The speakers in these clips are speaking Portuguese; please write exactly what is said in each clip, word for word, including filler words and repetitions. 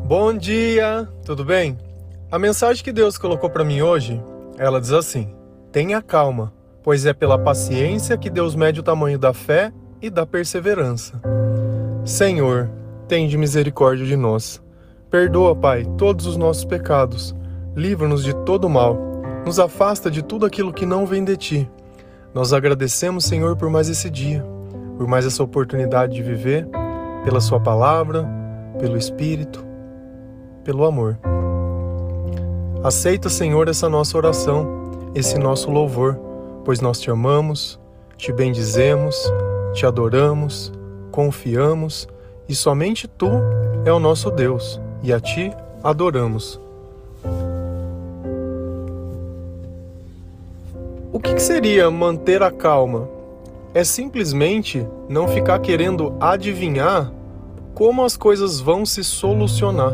Bom dia, tudo bem? A mensagem que Deus colocou para mim hoje, ela diz assim: tenha calma, pois é pela paciência que Deus mede o tamanho da fé e da perseverança. Senhor, tende misericórdia de nós. Perdoa, Pai, todos os nossos pecados. Livra-nos de todo o mal. Nos afasta de tudo aquilo que não vem de Ti. Nós agradecemos, Senhor, por mais esse dia, por mais essa oportunidade de viver, pela Sua palavra, pelo Espírito, pelo amor. Aceita, Senhor, essa nossa oração, esse nosso louvor, pois nós Te amamos, Te bendizemos, Te adoramos, confiamos e somente Tu é o nosso Deus e a Ti adoramos. O que seria manter a calma? É simplesmente não ficar querendo adivinhar como as coisas vão se solucionar.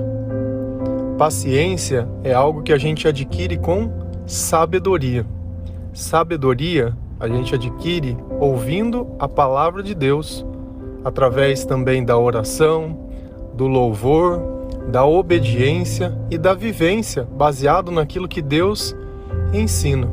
Paciência é algo que a gente adquire com sabedoria. Sabedoria a gente adquire ouvindo a palavra de Deus, através também da oração, do louvor, da obediência e da vivência, baseado naquilo que Deus ensina.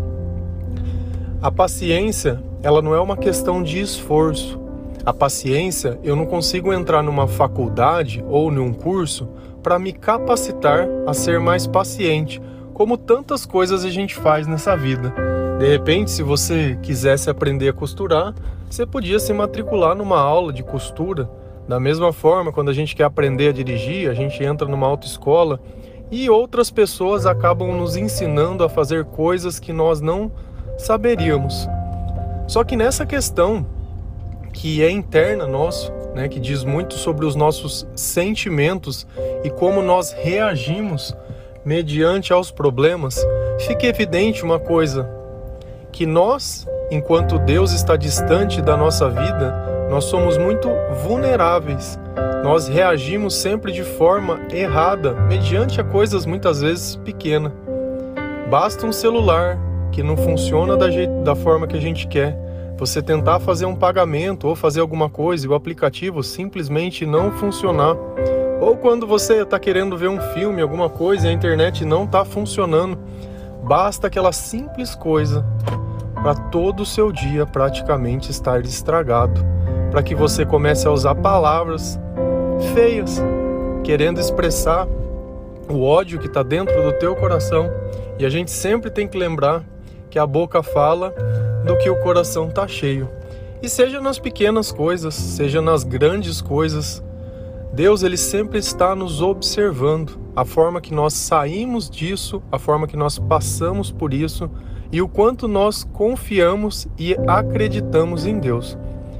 A paciência, ela não é uma questão de esforço. A paciência, eu não consigo entrar numa faculdade ou num curso para me capacitar a ser mais paciente, como tantas coisas a gente faz nessa vida. De repente, se você quisesse aprender a costurar, você podia se matricular numa aula de costura. Da mesma forma, quando a gente quer aprender a dirigir, a gente entra numa autoescola e outras pessoas acabam nos ensinando a fazer coisas que nós não saberíamos. Só que nessa questão que é interna nosso, né, que diz muito sobre os nossos sentimentos e como nós reagimos mediante aos problemas, fica evidente uma coisa, que nós, enquanto Deus está distante da nossa vida, nós somos muito vulneráveis. Nós reagimos sempre de forma errada, mediante a coisas muitas vezes pequenas. Basta um celular que não funciona da, jeito, da forma que a gente quer. Você tentar fazer um pagamento ou fazer alguma coisa e o aplicativo simplesmente não funcionar. Ou quando você está querendo ver um filme, alguma coisa e a internet não está funcionando. Basta aquela simples coisa para todo o seu dia praticamente estar estragado. Para que você comece a usar palavras feias, querendo expressar o ódio que está dentro do teu coração. E a gente sempre tem que lembrar que a boca fala do que o coração está cheio. E seja nas pequenas coisas, seja nas grandes coisas, Deus ele sempre está nos observando. A forma que nós saímos disso, a forma que nós passamos por isso e o quanto nós confiamos e acreditamos em Deus.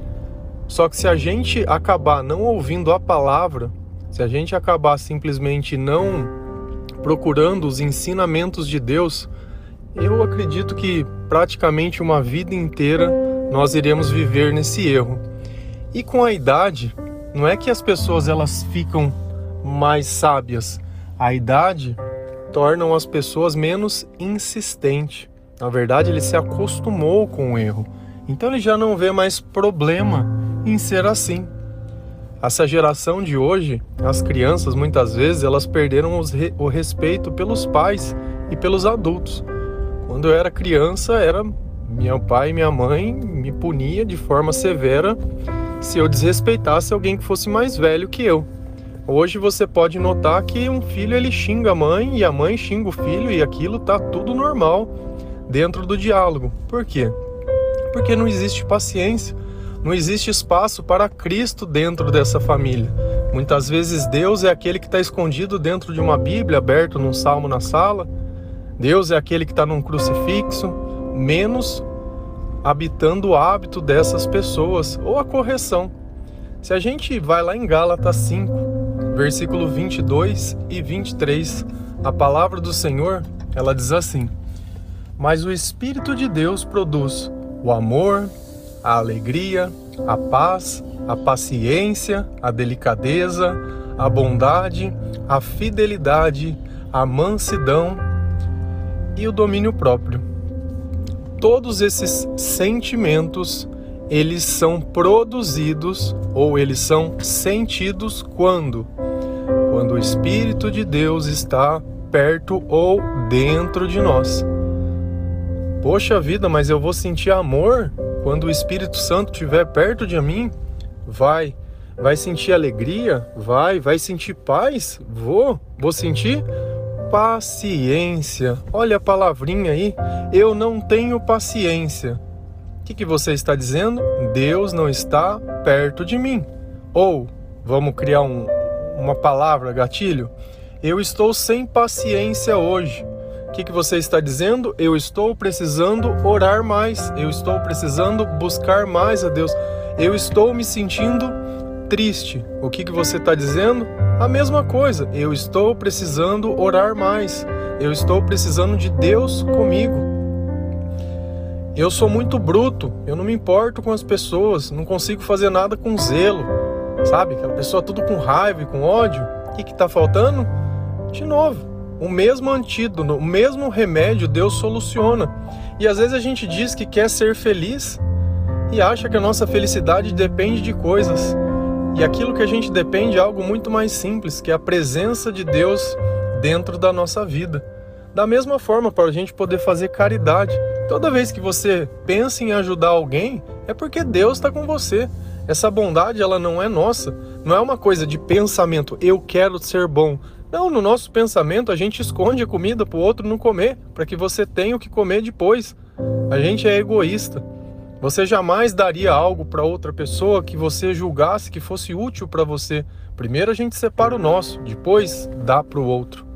Só que se a gente acabar não ouvindo a palavra, se a gente acabar simplesmente não procurando os ensinamentos de Deus, eu acredito que praticamente uma vida inteira nós iremos viver nesse erro. E com a idade, não é que as pessoas elas ficam mais sábias. A idade torna as pessoas menos insistentes. Na verdade, ele se acostumou com o erro. Então ele já não vê mais problema em ser assim. Essa geração de hoje, as crianças muitas vezes elas perderam os re- o respeito pelos pais e pelos adultos. Quando eu era criança, era meu pai e minha mãe me punia de forma severa se eu desrespeitasse alguém que fosse mais velho que eu. Hoje você pode notar que um filho ele xinga a mãe e a mãe xinga o filho e aquilo tá tudo normal dentro do diálogo. Por quê? Porque não existe paciência, não existe espaço para Cristo dentro dessa família. Muitas vezes Deus é aquele que está escondido dentro de uma Bíblia, aberto num salmo na sala. Deus é aquele que está num crucifixo, menos habitando o hábito dessas pessoas, ou a correção. Se a gente vai lá em Gálatas cinco, versículo vinte e dois e vinte e três, a palavra do Senhor, ela diz assim: mas o Espírito de Deus produz o amor, a alegria, a paz, a paciência, a delicadeza, a bondade, a fidelidade, a mansidão e o domínio próprio. Todos esses sentimentos, eles são produzidos ou eles são sentidos quando? quando o Espírito de Deus está perto ou dentro de nós. Poxa vida, mas eu vou sentir amor quando o Espírito Santo estiver perto de mim? Vai. Vai sentir alegria? Vai. Vai sentir paz? Vou. Vou sentir paciência. Olha a palavrinha aí. Eu não tenho paciência. O que, que você está dizendo? Deus não está perto de mim. Ou, vamos criar um, uma palavra gatilho? Eu estou sem paciência hoje. O que, que você está dizendo? Eu estou precisando orar mais. Eu estou precisando buscar mais a Deus. Eu estou me sentindo triste. O que, que você está dizendo? A mesma coisa. Eu estou precisando orar mais. Eu estou precisando de Deus comigo. Eu sou muito bruto. Eu não me importo com as pessoas. Não consigo fazer nada com zelo. Sabe? Aquela pessoa tudo com raiva e com ódio. O que está faltando? De novo, o mesmo antídoto, o mesmo remédio Deus soluciona. E às vezes a gente diz que quer ser feliz e acha que a nossa felicidade depende de coisas. E aquilo que a gente depende é algo muito mais simples, que é a presença de Deus dentro da nossa vida. Da mesma forma, para a gente poder fazer caridade. Toda vez que você pensa em ajudar alguém, é porque Deus está com você. Essa bondade, ela não é nossa. Não é uma coisa de pensamento, eu quero ser bom. Não, no nosso pensamento a gente esconde a comida para o outro não comer, para que você tenha o que comer depois. A gente é egoísta. Você jamais daria algo para outra pessoa que você julgasse que fosse útil para você. Primeiro a gente separa o nosso, depois dá para o outro.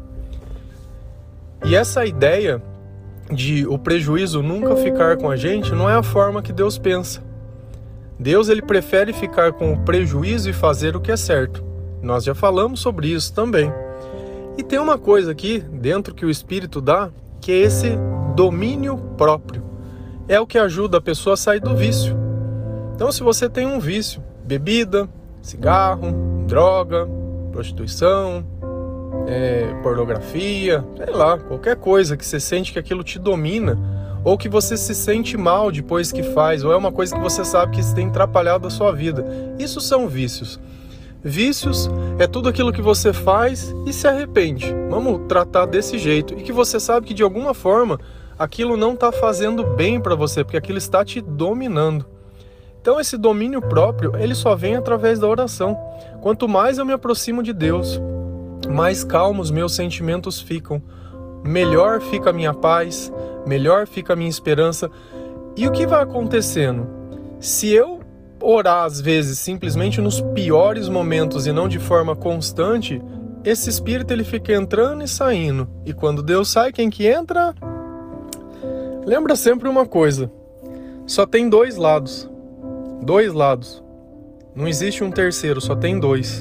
E essa ideia de o prejuízo nunca ficar com a gente não é a forma que Deus pensa. Deus ele prefere ficar com o prejuízo e fazer o que é certo. Nós já falamos sobre isso também. E tem uma coisa aqui dentro que o Espírito dá, que é esse domínio próprio. É o que ajuda a pessoa a sair do vício. Então, se você tem um vício, bebida, cigarro, droga, prostituição, é, pornografia, sei lá, qualquer coisa que você sente que aquilo te domina, ou que você se sente mal depois que faz, ou é uma coisa que você sabe que tem atrapalhado a sua vida. Isso são vícios. Vícios é tudo aquilo que você faz e se arrepende. Vamos tratar desse jeito. E que você sabe que de alguma forma aquilo não está fazendo bem para você, porque aquilo está te dominando. Então esse domínio próprio, ele só vem através da oração. Quanto mais eu me aproximo de Deus, mais calmos meus sentimentos ficam. Melhor fica a minha paz, melhor fica a minha esperança. E o que vai acontecendo? Se eu orar às vezes simplesmente nos piores momentos e não de forma constante, esse espírito ele fica entrando e saindo. E quando Deus sai, quem que entra? Lembra sempre uma coisa, só tem dois lados. Dois lados. Não existe um terceiro, só tem dois.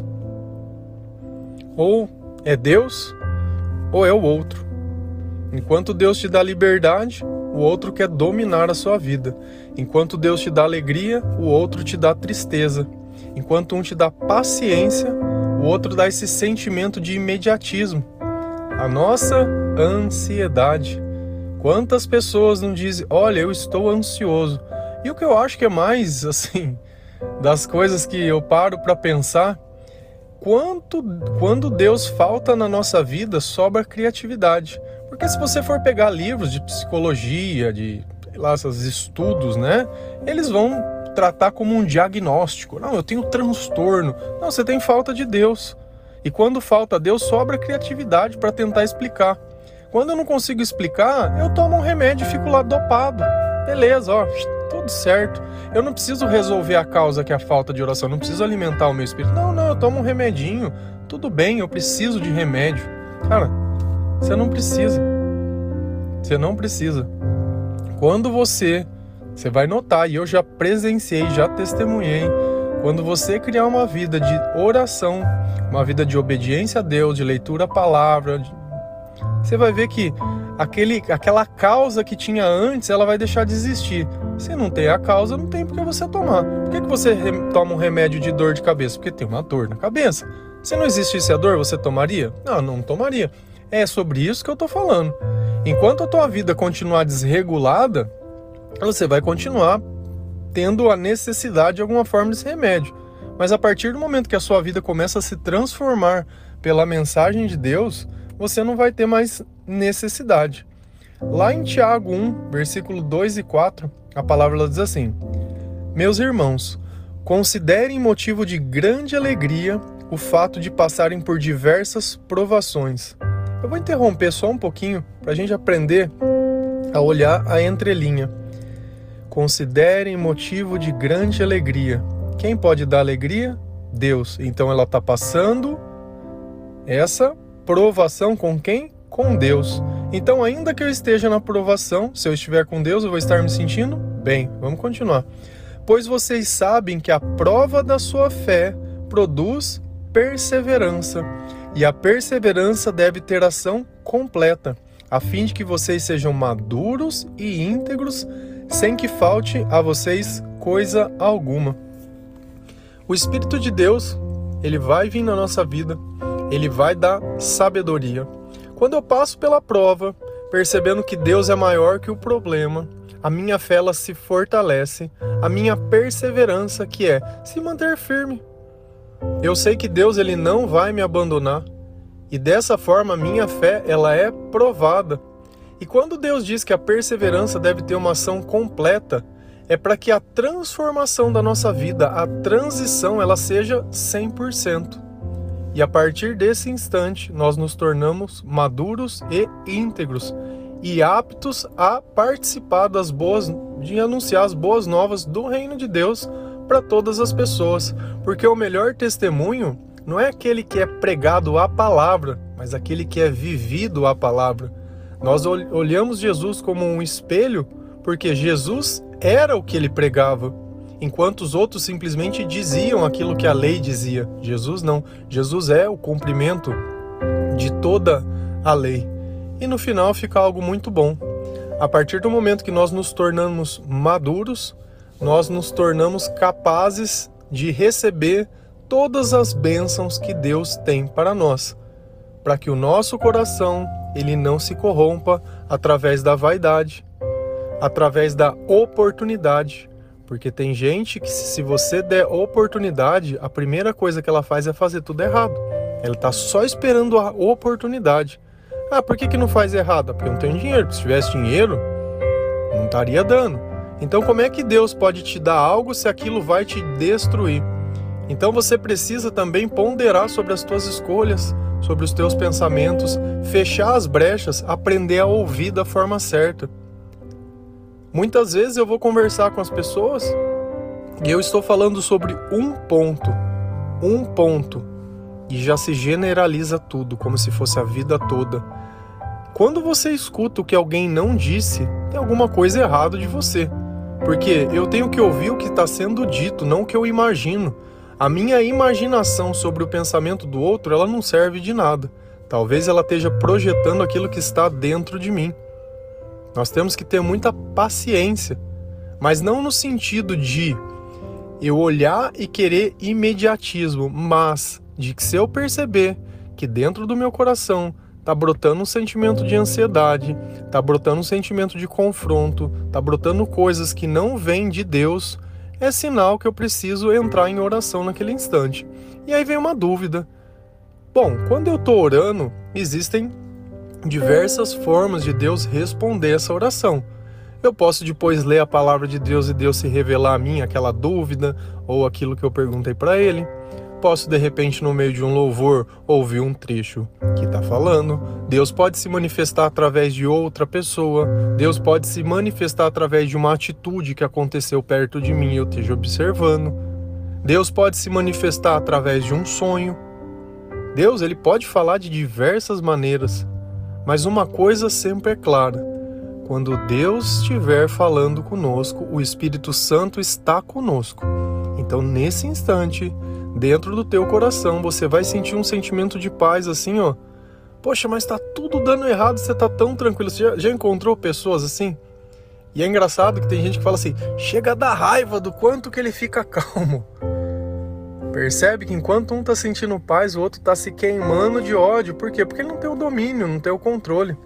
Ou é Deus, ou é o outro. Enquanto Deus te dá liberdade, o outro quer dominar a sua vida. Enquanto Deus te dá alegria, o outro te dá tristeza. Enquanto um te dá paciência, o outro dá esse sentimento de imediatismo. A nossa ansiedade. Quantas pessoas não dizem, olha, eu estou ansioso. E o que eu acho que é mais, assim, das coisas que eu paro para pensar, quanto, quando Deus falta na nossa vida, sobra criatividade. Porque se você for pegar livros de psicologia, de, sei lá, esses estudos, né? Eles vão tratar como um diagnóstico. Não, eu tenho transtorno. Não, você tem falta de Deus. E quando falta Deus, sobra criatividade para tentar explicar. Quando eu não consigo explicar, eu tomo um remédio e fico lá dopado. Beleza, ó, tudo certo. Eu não preciso resolver a causa que é a falta de oração. Não preciso alimentar o meu espírito. Não, não, eu tomo um remedinho. Tudo bem, eu preciso de remédio. Cara, você não precisa. Você não precisa. Quando você, você vai notar, e eu já presenciei, já testemunhei, quando você criar uma vida de oração, uma vida de obediência a Deus, de leitura à palavra, de... você vai ver que aquele, aquela causa que tinha antes, ela vai deixar de existir. Se não tem a causa, não tem por que você tomar. Por que, que você toma um remédio de dor de cabeça? Porque tem uma dor na cabeça. Se não existisse a dor, você tomaria? Não, não tomaria. É sobre isso que eu estou falando. Enquanto a tua vida continuar desregulada, você vai continuar tendo a necessidade de alguma forma desse remédio. Mas a partir do momento que a sua vida começa a se transformar pela mensagem de Deus, você não vai ter mais necessidade. Lá em Tiago um, versículo dois e quatro, a palavra ela diz assim: Meus irmãos, considerem motivo de grande alegria o fato de passarem por diversas provações. Eu vou interromper só um pouquinho para a gente aprender a olhar a entrelinha. Considerem motivo de grande alegria. Quem pode dar alegria? Deus. Então ela está passando essa provação com quem? Com Deus. Então, ainda que eu esteja na provação, se eu estiver com Deus, eu vou estar me sentindo bem. Vamos continuar. Pois vocês sabem que a prova da sua fé produz perseverança. E a perseverança deve ter ação completa, a fim de que vocês sejam maduros e íntegros, sem que falte a vocês coisa alguma. O Espírito de Deus, ele vai vir na nossa vida, ele vai dar sabedoria. Quando eu passo pela prova, percebendo que Deus é maior que o problema, a minha fé ela se fortalece, a minha perseverança que é se manter firme. Eu sei que Deus ele não vai me abandonar e dessa forma a minha fé ela é provada. E quando Deus diz que a perseverança deve ter uma ação completa, é para que a transformação da nossa vida, a transição, ela seja cem por cento. E a partir desse instante, nós nos tornamos maduros e íntegros e aptos a participar das boas, de anunciar as boas novas do reino de Deus para todas as pessoas. Porque o melhor testemunho não é aquele que é pregado a palavra, mas aquele que é vivido a palavra. Nós olhamos Jesus como um espelho porque Jesus era o que ele pregava, enquanto os outros simplesmente diziam aquilo que a lei dizia. Jesus não. Jesus é o cumprimento de toda a lei. E no final fica algo muito bom. A partir do momento que nós nos tornamos maduros, nós nos tornamos capazes de receber todas as bênçãos que Deus tem para nós, para que o nosso coração ele não se corrompa através da vaidade, através da oportunidade. Porque tem gente que se você der oportunidade, a primeira coisa que ela faz é fazer tudo errado. Ela está só esperando a oportunidade. Ah, por que que não faz errado? Porque eu não tenho dinheiro. Se tivesse dinheiro, não estaria dando. Então como é que Deus pode te dar algo se aquilo vai te destruir? Então você precisa também ponderar sobre as tuas escolhas, sobre os teus pensamentos, fechar as brechas, aprender a ouvir da forma certa. Muitas vezes eu vou conversar com as pessoas e eu estou falando sobre um ponto, um ponto, e já se generaliza tudo, como se fosse a vida toda. Quando você escuta o que alguém não disse, tem alguma coisa errada de você, porque eu tenho que ouvir o que está sendo dito, não o que eu imagino. A minha imaginação sobre o pensamento do outro, ela não serve de nada. Talvez ela esteja projetando aquilo que está dentro de mim. Nós temos que ter muita paciência, mas não no sentido de eu olhar e querer imediatismo, mas de que se eu perceber que dentro do meu coração está brotando um sentimento de ansiedade, está brotando um sentimento de confronto, está brotando coisas que não vêm de Deus, é sinal que eu preciso entrar em oração naquele instante. E aí vem uma dúvida. Bom, quando eu estou orando, existem diversas formas de Deus responder essa oração. Eu posso depois ler a palavra de Deus e Deus se revelar a mim aquela dúvida ou aquilo que eu perguntei para Ele. Posso de repente no meio de um louvor ouvir um trecho que está falando. Deus pode se manifestar através de outra pessoa. Deus pode se manifestar através de uma atitude que aconteceu perto de mim e eu esteja observando. Deus pode se manifestar através de um sonho. Deus ele pode falar de diversas maneiras. Mas uma coisa sempre é clara: quando Deus estiver falando conosco, o Espírito Santo está conosco. Então, nesse instante, dentro do teu coração, você vai sentir um sentimento de paz assim, ó. Poxa, mas tá tudo dando errado, você tá tão tranquilo. Você já, já encontrou pessoas assim? E é engraçado que tem gente que fala assim, chega a dar raiva do quanto que ele fica calmo. Percebe que enquanto um tá sentindo paz, o outro tá se queimando de ódio. Por quê? Porque ele não tem o domínio, não tem o controle.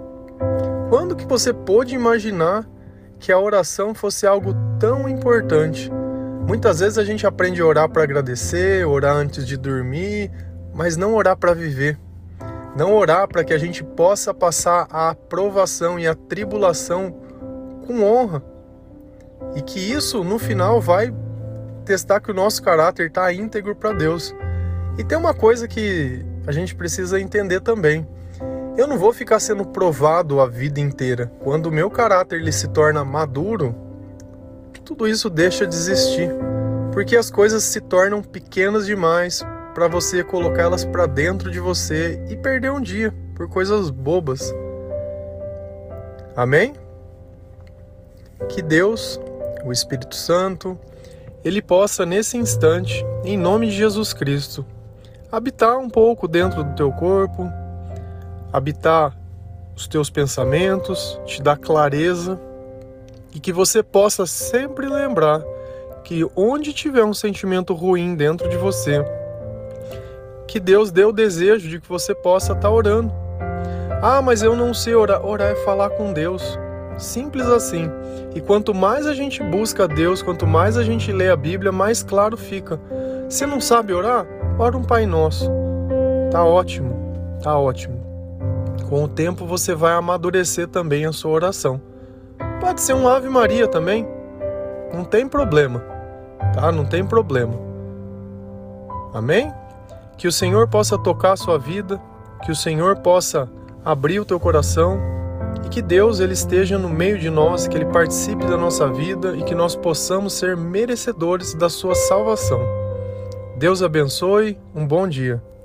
Quando que você pôde imaginar que a oração fosse algo tão importante? Muitas vezes a gente aprende a orar para agradecer, orar antes de dormir, mas não orar para viver. Não orar para que a gente possa passar a provação e a tribulação com honra. E que isso, no final, vai testar que o nosso caráter está íntegro para Deus. E tem uma coisa que a gente precisa entender também. Eu não vou ficar sendo provado a vida inteira. Quando o meu caráter ele se torna maduro, tudo isso deixa de existir. Porque as coisas se tornam pequenas demais para você colocá-las para dentro de você e perder um dia por coisas bobas. Amém? Que Deus, o Espírito Santo, ele possa nesse instante, em nome de Jesus Cristo, habitar um pouco dentro do teu corpo, habitar os teus pensamentos, te dar clareza e que você possa sempre lembrar que onde tiver um sentimento ruim dentro de você, que Deus dê o desejo de que você possa estar orando. Ah, mas eu não sei orar. Orar é falar com Deus. Simples assim. E quanto mais a gente busca a Deus, quanto mais a gente lê a Bíblia, mais claro fica. Você não sabe orar? Ora um Pai Nosso. Tá ótimo, tá ótimo. Com o tempo você vai amadurecer também a sua oração. Pode ser um Ave Maria também. Não tem problema, tá? Não tem problema. Amém? Que o Senhor possa tocar a sua vida, que o Senhor possa abrir o teu coração e que Deus ele esteja no meio de nós, que Ele participe da nossa vida e que nós possamos ser merecedores da sua salvação. Deus abençoe, um bom dia.